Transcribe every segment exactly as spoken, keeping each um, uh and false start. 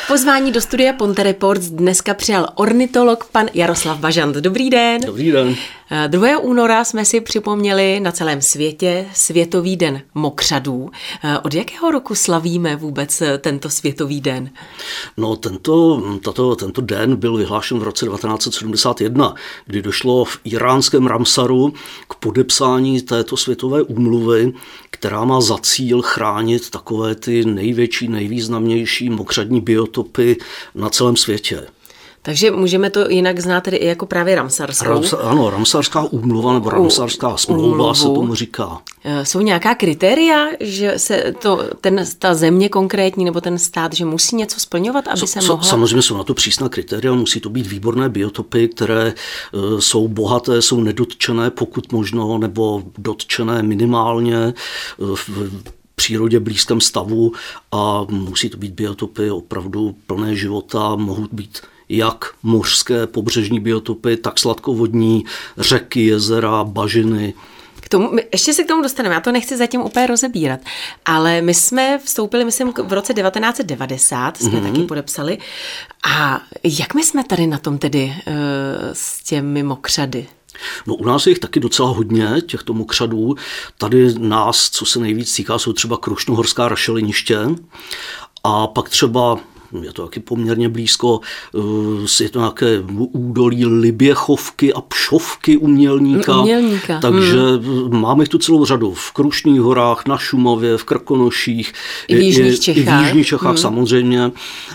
Pozvání do studia Ponte Reports dneska přijal ornitolog pan Jaroslav Bažant. Dobrý den. Dobrý den. druhého února jsme si připomněli na celém světě Světový den mokřadů. Od jakého roku slavíme vůbec tento Světový den? No, tento, tato, tento den byl vyhlášen v roce devatenáct set sedmdesát jedna, kdy došlo v iránském Ramsaru k podepsání této světové úmluvy, která má za cíl chránit takové ty největší, nejvýznamnější mokřadní biotopy na celém světě. Takže můžeme to jinak znát tedy i jako právě Ramsarskou. Ramsa, ano, Ramsarská úmluva nebo Ramsarská smlouva se tomu říká. Jsou nějaká kritéria, že se to, ten, ta země konkrétní nebo ten stát, že musí něco splňovat, aby so, se mohla... Samozřejmě jsou na to přísná kritéria, musí to být výborné biotopy, které uh, jsou bohaté, jsou nedotčené pokud možno, nebo dotčené minimálně uh, v přírodě blízkém stavu a musí to být biotopy opravdu plné života, mohou být jak mořské pobřežní biotopy, tak sladkovodní, řeky, jezera, bažiny. K tomu, ještě se k tomu dostaneme, já to nechci zatím úplně rozebírat, ale my jsme vstoupili, myslím, v roce devatenáct set devadesát, jsme mm-hmm. taky podepsali. A jak my jsme tady na tom tedy uh, s těmi mokřady? No, u nás je jich taky docela hodně, těchto mokřadů. Tady nás, co se nejvíc týká, jsou třeba krušnohorská rašeliniště a pak třeba je to taky poměrně blízko, je to nějaké údolí Liběchovky a Pšovky u Mělníka. Umělníka. Takže hmm. máme jich tu celou řadu v Krušných horách, na Šumavě, v Krkonoších. I v Jižních Čechách. I v Jižních Čechách hmm. samozřejmě.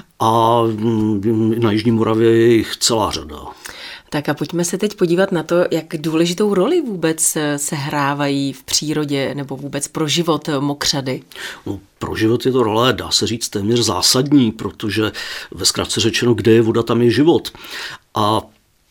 A na Jižní Moravě je jich celá řada. Tak a pojďme se teď podívat na to, jak důležitou roli vůbec sehrávají v přírodě nebo vůbec pro život mokřady. No, pro život je to role, dá se říct, téměř zásadní, protože ve zkratce řečeno, kde je voda, tam je život. A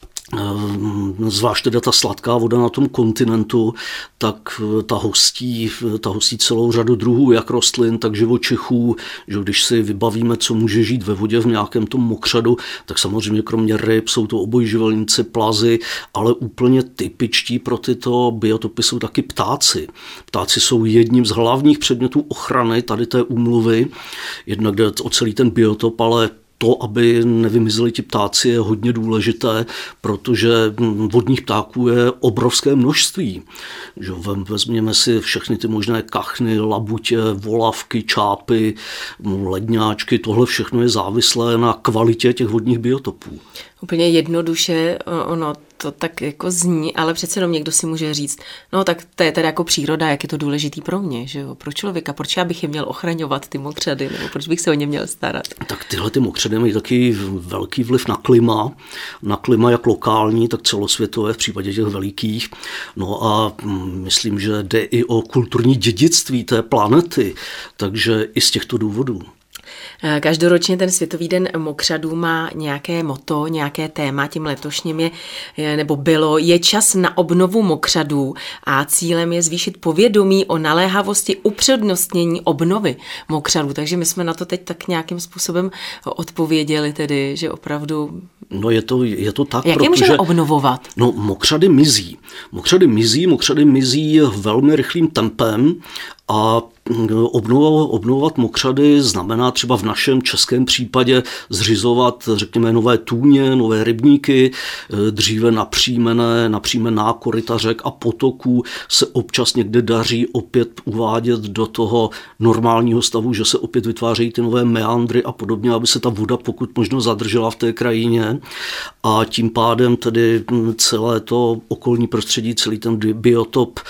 zvlášť teda ta sladká voda na tom kontinentu, tak ta hostí, ta hostí celou řadu druhů, jak rostlin, tak živočichů, že když si vybavíme, co může žít ve vodě v nějakém tom mokřadu, tak samozřejmě kromě ryb jsou to obojživelníci, plazy, ale úplně typičtí pro tyto biotopy jsou taky ptáci. Ptáci jsou jedním z hlavních předmětů ochrany tady té úmluvy, jednak jde o celý ten biotop, ale to, aby nevymizeli ti ptáci, je hodně důležité, protože vodních ptáků je obrovské množství. Že vezměme si všechny ty možné kachny, labutě, volavky, čápy, ledňáčky, tohle všechno je závislé na kvalitě těch vodních biotopů. Úplně jednoduše, ono to tak jako zní, ale přece jenom někdo si může říct, no tak to je teda jako příroda, jak je to důležitý pro mě, že jo, pro člověka, proč já bych je měl ochraňovat, ty mokřady, nebo proč bych se o ně měl starat? Tak tyhle ty mokřady mají taky velký vliv na klima, na klima jak lokální, tak celosvětové v případě těch velikých. No a myslím, že jde i o kulturní dědictví té planety, takže i z těchto důvodů. Každoročně ten Světový den mokřadů má nějaké motto, nějaké téma, tím letošním je, nebo bylo, je čas na obnovu mokřadů a cílem je zvýšit povědomí o naléhavosti upřednostnění obnovy mokřadů. Takže my jsme na to teď tak nějakým způsobem odpověděli tedy, že opravdu... No je to, je to tak, jak protože... je můžeme obnovovat? No mokřady mizí. Mokřady mizí, mokřady mizí velmi rychlým tempem a obnovovat, obnovovat mokřady znamená třeba v našem českém případě zřizovat, řekněme, nové tůně, nové rybníky, dříve napřímené, napřímená koryta řek a potoků se občas někde daří opět uvádět do toho normálního stavu, že se opět vytvářejí ty nové meandry a podobně, aby se ta voda pokud možno zadržela v té krajině a tím pádem tedy celé to okolní prostředí, celý ten biotop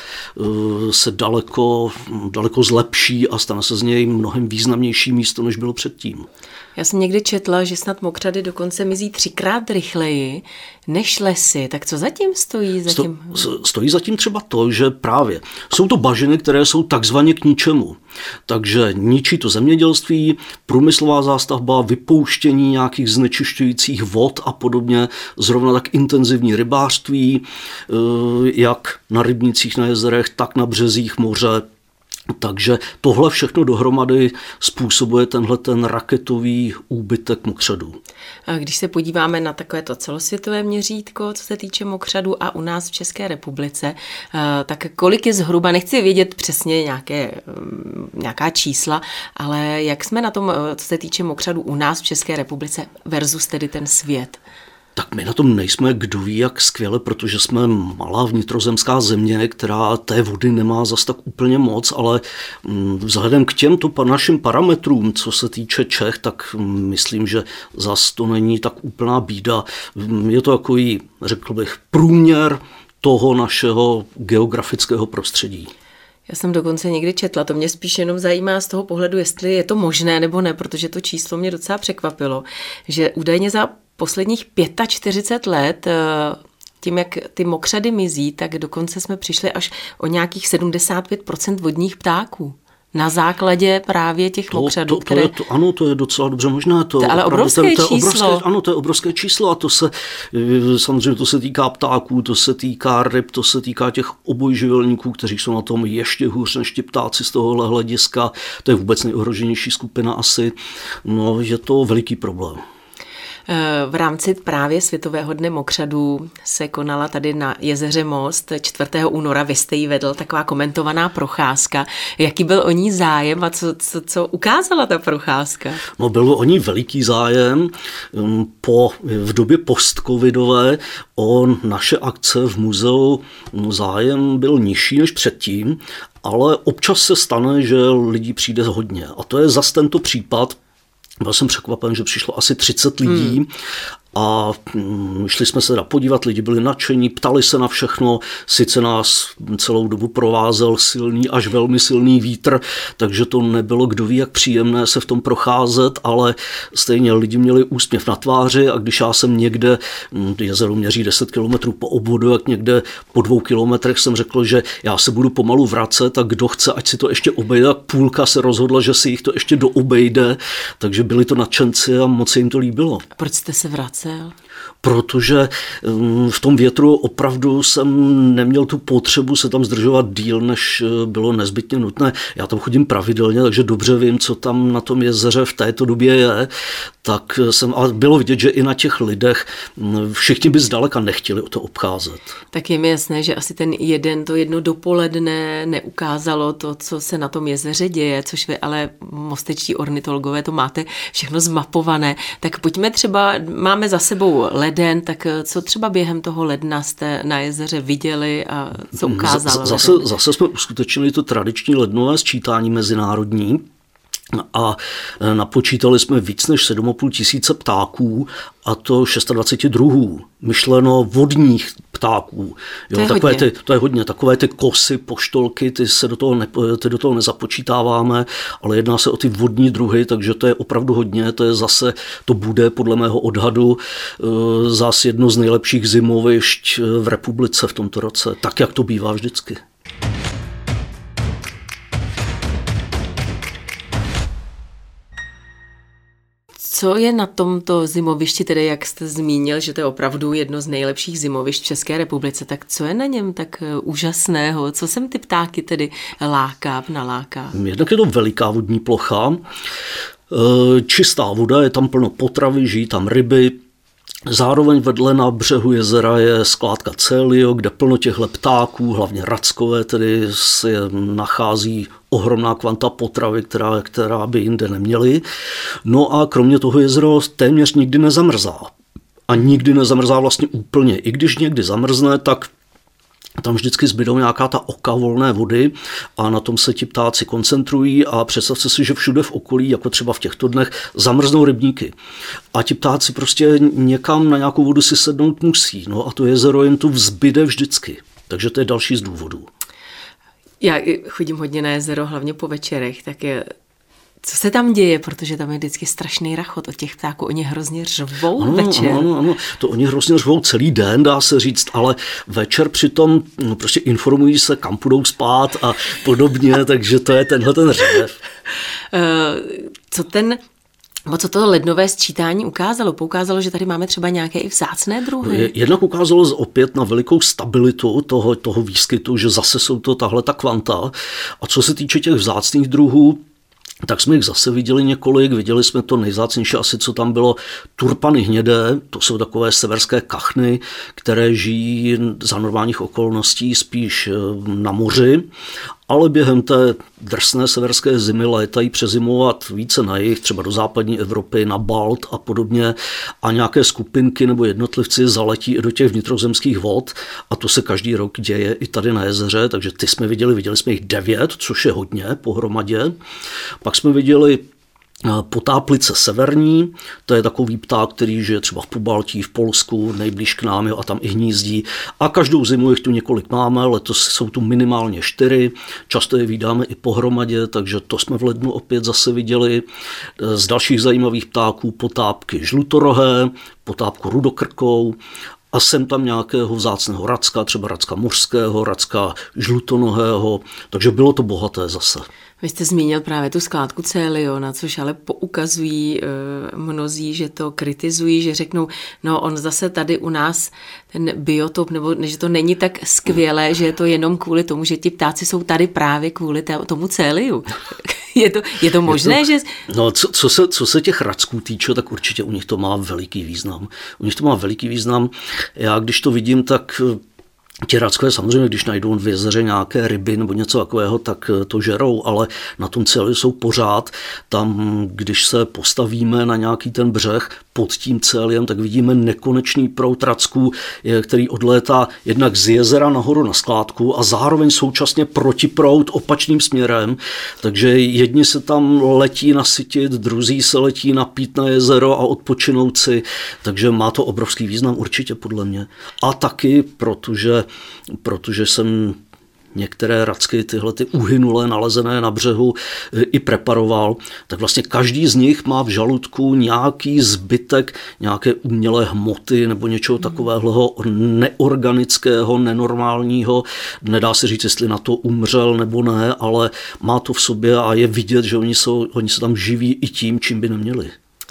se daleko, daleko zlepší a stane se z něj mnohem významnější místo, než bylo předtím. Já jsem někdy četla, že snad mokřady dokonce mizí třikrát rychleji než lesy. Tak co zatím stojí? Zatím? Sto, stojí zatím třeba to, že právě jsou to bažiny, které jsou takzvaně k ničemu. Takže ničí to zemědělství, průmyslová zástavba, vypouštění nějakých znečišťujících vod a podobně, zrovna tak intenzivní rybářství, jak na rybnících, na jezerech, tak na březích moře. Takže tohle všechno dohromady způsobuje tenhle ten raketový úbytek mokřadů. Když se podíváme na takové to celosvětové měřítko, co se týče mokřadů a u nás v České republice, tak kolik je zhruba, nechci vědět přesně nějaké, nějaká čísla, ale jak jsme na tom, co se týče mokřadů u nás v České republice versus tedy ten svět? Tak my na tom nejsme kdo ví jak skvěle, protože jsme malá vnitrozemská země, která té vody nemá zas tak úplně moc, ale vzhledem k těmto našim parametrům, co se týče Čech, tak myslím, že zas to není tak úplná bída. Je to takový, řekl bych, průměr toho našeho geografického prostředí. Já jsem dokonce někdy četla, to mě spíš jenom zajímá z toho pohledu, jestli je to možné nebo ne, protože to číslo mě docela překvapilo, že údajně za posledních čtyřicet pět let, tím, jak ty mokřady mizí, tak dokonce jsme přišli až o nějakých sedmdesát pět procent vodních ptáků. Na základě právě těch to, mokřadů, to, to které... Je to, ano, to je docela dobře možné. To, to ale obrovské to, to číslo. Obrovské, ano, to je obrovské číslo a to se, samozřejmě to se týká ptáků, to se týká ryb, to se týká těch obojživelníků, kteří jsou na tom ještě hůř než ti ptáci z tohohle hlediska. To je vůbec nejohroženější skupina asi. No, je to veliký problém. V rámci právě Světového dne mokřadů se konala tady na jezeře Most čtvrtého února, vy jste ji vedl, taková komentovaná procházka. Jaký byl o ní zájem a co, co, co ukázala ta procházka? No, byl o ní veliký zájem. Po, v době postcovidové o naše akce v muzeu zájem byl nižší než předtím, ale občas se stane, že lidí přijde hodně. A to je zas tento případ. Byl jsem překvapen, že přišlo asi třicet lidí hmm. a šli jsme se teda podívat, lidi byli nadšení, ptali se na všechno, sice nás celou dobu provázel silný až velmi silný vítr, takže to nebylo kdo ví jak příjemné se v tom procházet, ale stejně lidi měli úsměv na tváři a když já jsem někde, jezero měří deset kilometrů po obvodu, jak někde po dvou kilometrech jsem řekl, že já se budu pomalu vracet a kdo chce, ať si to ještě obejde, tak půlka se rozhodla, že si jich to ještě doobejde, takže byli to nadšenci a moc se jim to líbilo. Proč jste se vracel? Protože v tom větru opravdu jsem neměl tu potřebu se tam zdržovat díl, než bylo nezbytně nutné. Já tam chodím pravidelně, takže dobře vím, co tam na tom jezeře v této době je. Tak jsem, ale bylo vidět, že i na těch lidech všichni by zdaleka nechtěli o to obcházet. Tak je mi jasné, že asi ten jeden, to jedno dopoledne neukázalo to, co se na tom jezeře děje, což vy ale mostečtí ornitologové to máte všechno zmapované. Tak pojďme třeba, máme za sebou leden, tak co třeba během toho ledna jste na jezeře viděli a co ukázalo? Zase, zase jsme uskutečnili to tradiční lednové sčítání mezinárodní a napočítali jsme víc než sedm a půl tisíce ptáků a to dvacet šest druhů, myšleno vodních ptáků. Jo, to, je takové hodně. Ty, to je hodně. Takové ty kosy, poštolky, ty se do toho, ne, ty do toho nezapočítáváme, ale jedná se o ty vodní druhy, takže to je opravdu hodně. To je zase, to bude podle mého odhadu zase jedno z nejlepších zimovišť v republice v tomto roce, tak jak to bývá vždycky. Co je na tomto zimovišti, tedy jak jste zmínil, že to je opravdu jedno z nejlepších zimovišť v České republice, tak co je na něm tak úžasného? Co sem ty ptáky tedy láká, naláká? Jednak je to veliká vodní plocha, čistá voda, je tam plno potravy, žijí tam ryby. Zároveň vedle na břehu jezera je skládka Celio, kde plno těchto ptáků, hlavně rackové, tedy se nachází ohromná kvanta potravy, která, která by jinde neměly. No a kromě toho jezero téměř nikdy nezamrzá. A nikdy nezamrzá vlastně úplně. I když někdy zamrzne, tak tam vždycky zbydou nějaká ta oka volné vody a na tom se ti ptáci koncentrují a představte si, že všude v okolí, jako třeba v těchto dnech, zamrznou rybníky. A ti ptáci prostě někam na nějakou vodu si sednout musí. No a to jezero jim tu vzbyde vždycky. Takže to je další z důvodů. Já chodím hodně na jezero, hlavně po večerech, tak je... Co se tam děje, protože tam je vždycky strašný rachot od těch ptáků, oni hrozně řvou ano, večer. Ano, ano, to oni hrozně řvou celý den, dá se říct, ale večer přitom no, prostě informují se, kam půjdou spát a podobně, takže to je tenhle ten řev. Co ten O co to lednové sčítání ukázalo? Poukázalo, že tady máme třeba nějaké i vzácné druhy? Jednak ukázalo opět na velikou stabilitu toho, toho výskytu, že zase jsou to tahle ta kvanta. A co se týče těch vzácných druhů, tak jsme jich zase viděli několik. Viděli jsme to nejvzácnější asi, co tam bylo, turpany hnědé, to jsou takové severské kachny, které žijí za normálních okolností spíš na moři, ale během té drsné severské zimy létají přezimovat více na jih, třeba do západní Evropy, na Balt a podobně, a nějaké skupinky nebo jednotlivci zaletí i do těch vnitrozemských vod, a to se každý rok děje i tady na jezeře, takže ty jsme viděli, viděli jsme jich devět, což je hodně pohromadě. Pak jsme viděli potáplice severní, to je takový pták, který žije třeba v Pobaltí, v Polsku, nejblíž k nám, jo, a tam i hnízdí. A každou zimu jich tu několik máme, letos jsou tu minimálně čtyři, často je vídáme i pohromadě, takže to jsme v lednu opět zase viděli. Z dalších zajímavých ptáků potápky žlutorohé, potápku rudokrkou, a sem tam nějakého vzácného racka, třeba racka mořského, racka žlutonohého, takže bylo to bohaté zase. Vy jste zmínil právě tu skládku Célio, na což ale poukazují e, mnozí, že to kritizují, že řeknou, no on zase tady u nás ten biotop, nebo že to není tak skvělé, že je to jenom kvůli tomu, že ti ptáci jsou tady právě kvůli tomu Céliu. je, to, je to možné, je to, že... No, co, co, se, co se těch racků týče, tak určitě u nich to má veliký význam. U nich to má veliký význam. Já když to vidím, tak... Ti rackové samozřejmě, když najdou v jezeře nějaké ryby nebo něco takového, tak to žerou, ale na tom Céliu jsou pořád. Tam, když se postavíme na nějaký ten břeh pod tím Céliem, tak vidíme nekonečný proud racků, který odlétá jednak z jezera nahoru na skládku a zároveň současně protiproud opačným směrem. Takže jedni se tam letí nasytit, druzí se letí napít na jezero a odpočinout si. Takže má to obrovský význam určitě podle mě. A taky, protože protože jsem některé racky, tyhle ty uhynulé nalezené na břehu i preparoval, tak vlastně každý z nich má v žaludku nějaký zbytek nějaké umělé hmoty nebo něčeho takového neorganického, nenormálního. Nedá se říct, jestli na to umřel nebo ne, ale má to v sobě a je vidět, že oni, jsou, oni se tam živí i tím, čím by neměli.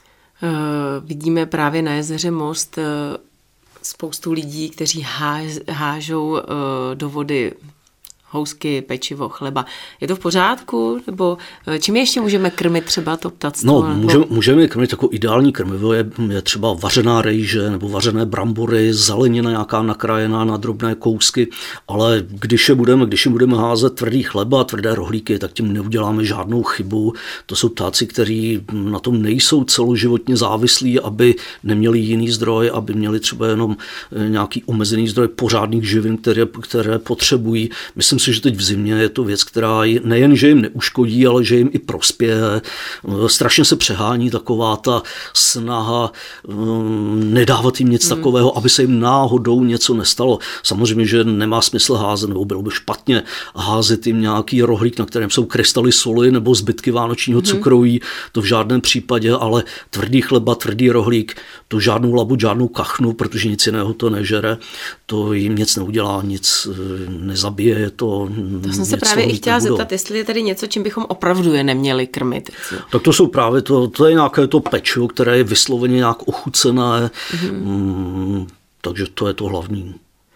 Uh, vidíme právě na jezeře Most uh... spoustu lidí, kteří háž, hážou uh, do vody housky, pečivo, chleba. Je to v pořádku? Nebo čím ještě můžeme krmit třeba to ptactvo? No, můžeme, můžeme krmit jako ideální krmivo. Je, je třeba vařená rejže nebo vařené brambory, zelenina nějaká nakrájená na drobné kousky, ale když je budeme, když je budeme házet tvrdý chleba, tvrdé rohlíky, tak tím neuděláme žádnou chybu. To jsou ptáci, kteří na tom nejsou celoživotně závislí, aby neměli jiný zdroj, aby měli třeba jenom nějaký omezený zdroj pořádných živin, které, které potřebují. Myslím si, že teď v zimě je to věc, která nejen, že jim neuškodí, ale že jim i prospěje. Strašně se přehání taková ta snaha nedávat jim nic hmm. takového, aby se jim náhodou něco nestalo. Samozřejmě, že nemá smysl házet, nebo bylo by špatně házet jim nějaký rohlík, na kterém jsou krystaly soli nebo zbytky vánočního cukroví, to v žádném případě, ale tvrdý chleba, tvrdý rohlík, to žádnou labu, žádnou kachnu, protože nic jiného to nežere, to jim nic neudělá, nic nezabije, je to To jsem se právě i chtěla nebudou. zeptat, jestli je tady něco, čím bychom opravdu je neměli krmit. Tak to jsou právě, to, to je nějaké to pečivo, které je vysloveně nějak ochucené, mm-hmm. mm, takže to je to hlavní.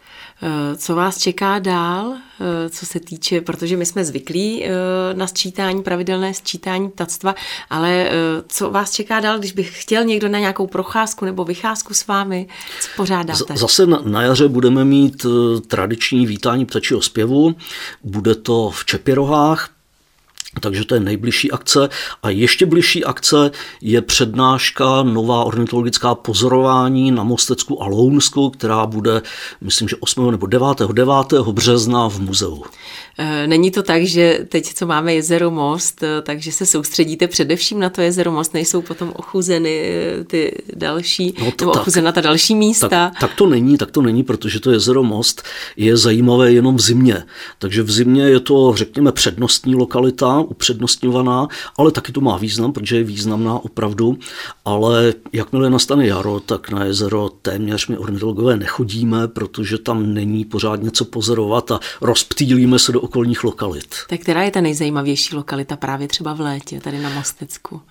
Co vás čeká dál, co se týče, protože my jsme zvyklí na sčítání, pravidelné sčítání ptactva, ale co vás čeká dál, když bych chtěl někdo na nějakou procházku nebo vycházku s vámi, co pořádáte? Zase na, na jaře budeme mít tradiční vítání ptačího zpěvu, bude to v Čepěrohách, takže to je nejbližší akce. A ještě bližší akce je přednáška Nová ornitologická pozorování na Mostecku a Lounsku, která bude, myslím, že osmého nebo devátého března v muzeu. Není to tak, že teď, co máme jezero Most, takže se soustředíte především na to jezero Most, nejsou potom ochuzeny ty další, no to, nebo tak, ochuzena ta další místa? Tak, tak to není, tak to není, protože to jezero Most je zajímavé jenom v zimě. Takže v zimě je to, řekněme, přednostní lokalita, upřednostňovaná, ale taky to má význam, protože je významná opravdu, ale jakmile nastane jaro, tak na jezero téměř my ornitologové nechodíme, protože tam není pořád něco pozorovat a rozptýlíme se do okolních lokalit. Tak která je ta nejzajímavější lokalita právě třeba v létě, tady na Mostecku?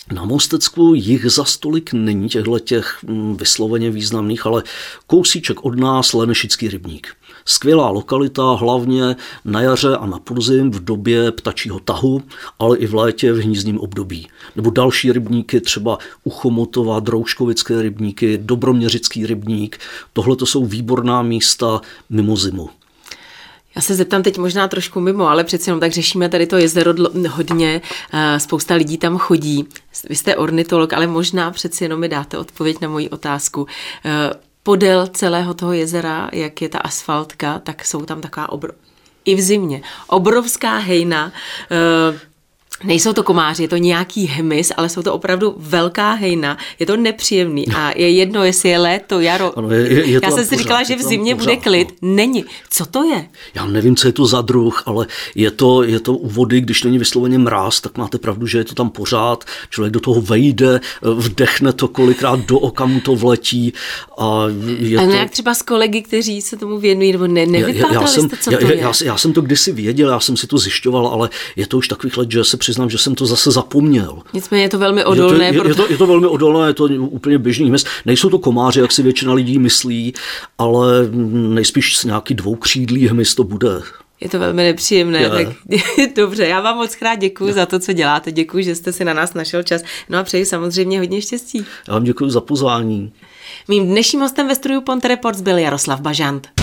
Na Mostecku jich za stolik není těchto těch vysloveně významných, ale kousíček od nás Lenešický rybník. Skvělá lokalita, hlavně na jaře a na podzim v době ptačího tahu, ale i v létě v hnízdním období. Nebo další rybníky, třeba u Chomutova, Drouškovické rybníky, Dobroměřický rybník. Tohle to jsou výborná místa mimo zimu. Já se zeptám teď možná trošku mimo, ale přeci jenom tak řešíme tady to jezero hodně, spousta lidí tam chodí. Vy jste ornitolog, ale možná přeci jenom mi dáte odpověď na moji otázku. Podél celého toho jezera, jak je ta asfaltka, tak jsou tam taková obro... i v zimě obrovská hejna. Nejsou to komáři, je to nějaký hmyz, ale jsou to opravdu velká hejna. Je to nepříjemný a je jedno, jestli je léto, jaro. Ano, je, je, je Já jsem si pořád, říkala, že v zimě pořád, bude klid. No. Není. Co to je? Já nevím, co je to za druh, ale je to, je to u vody, když není vysloveně mráz, tak máte pravdu, že je to tam pořád. Člověk do toho vejde, vdechne to, kolikrát do oka mu to vletí. A je a to... nějak třeba s kolegy, kteří se tomu věnují, nebo ne, nevypátrali jste, co já, to já, je? Já, já jsem to kdysi věděl, já jsem si to zjišťoval, ale je to už takových let, že se přiznám, že jsem to zase zapomněl. Nicméně je to velmi odolné. Je to, je, je, to, je to velmi odolné, je to úplně běžný hmyz. Nejsou to komáři, jak si většina lidí myslí, ale nejspíš nějaký dvoukřídlý hmyz to bude. Je to velmi nepříjemné. Je. Tak dobře, já vám moc krát děkuji je. za to, co děláte. Děkuji, že jste si na nás našel čas. No a přeji samozřejmě hodně štěstí. Já vám děkuji za pozvání. Mým dnešním hostem ve studiu Ponte Reports byl Jaroslav Bažant.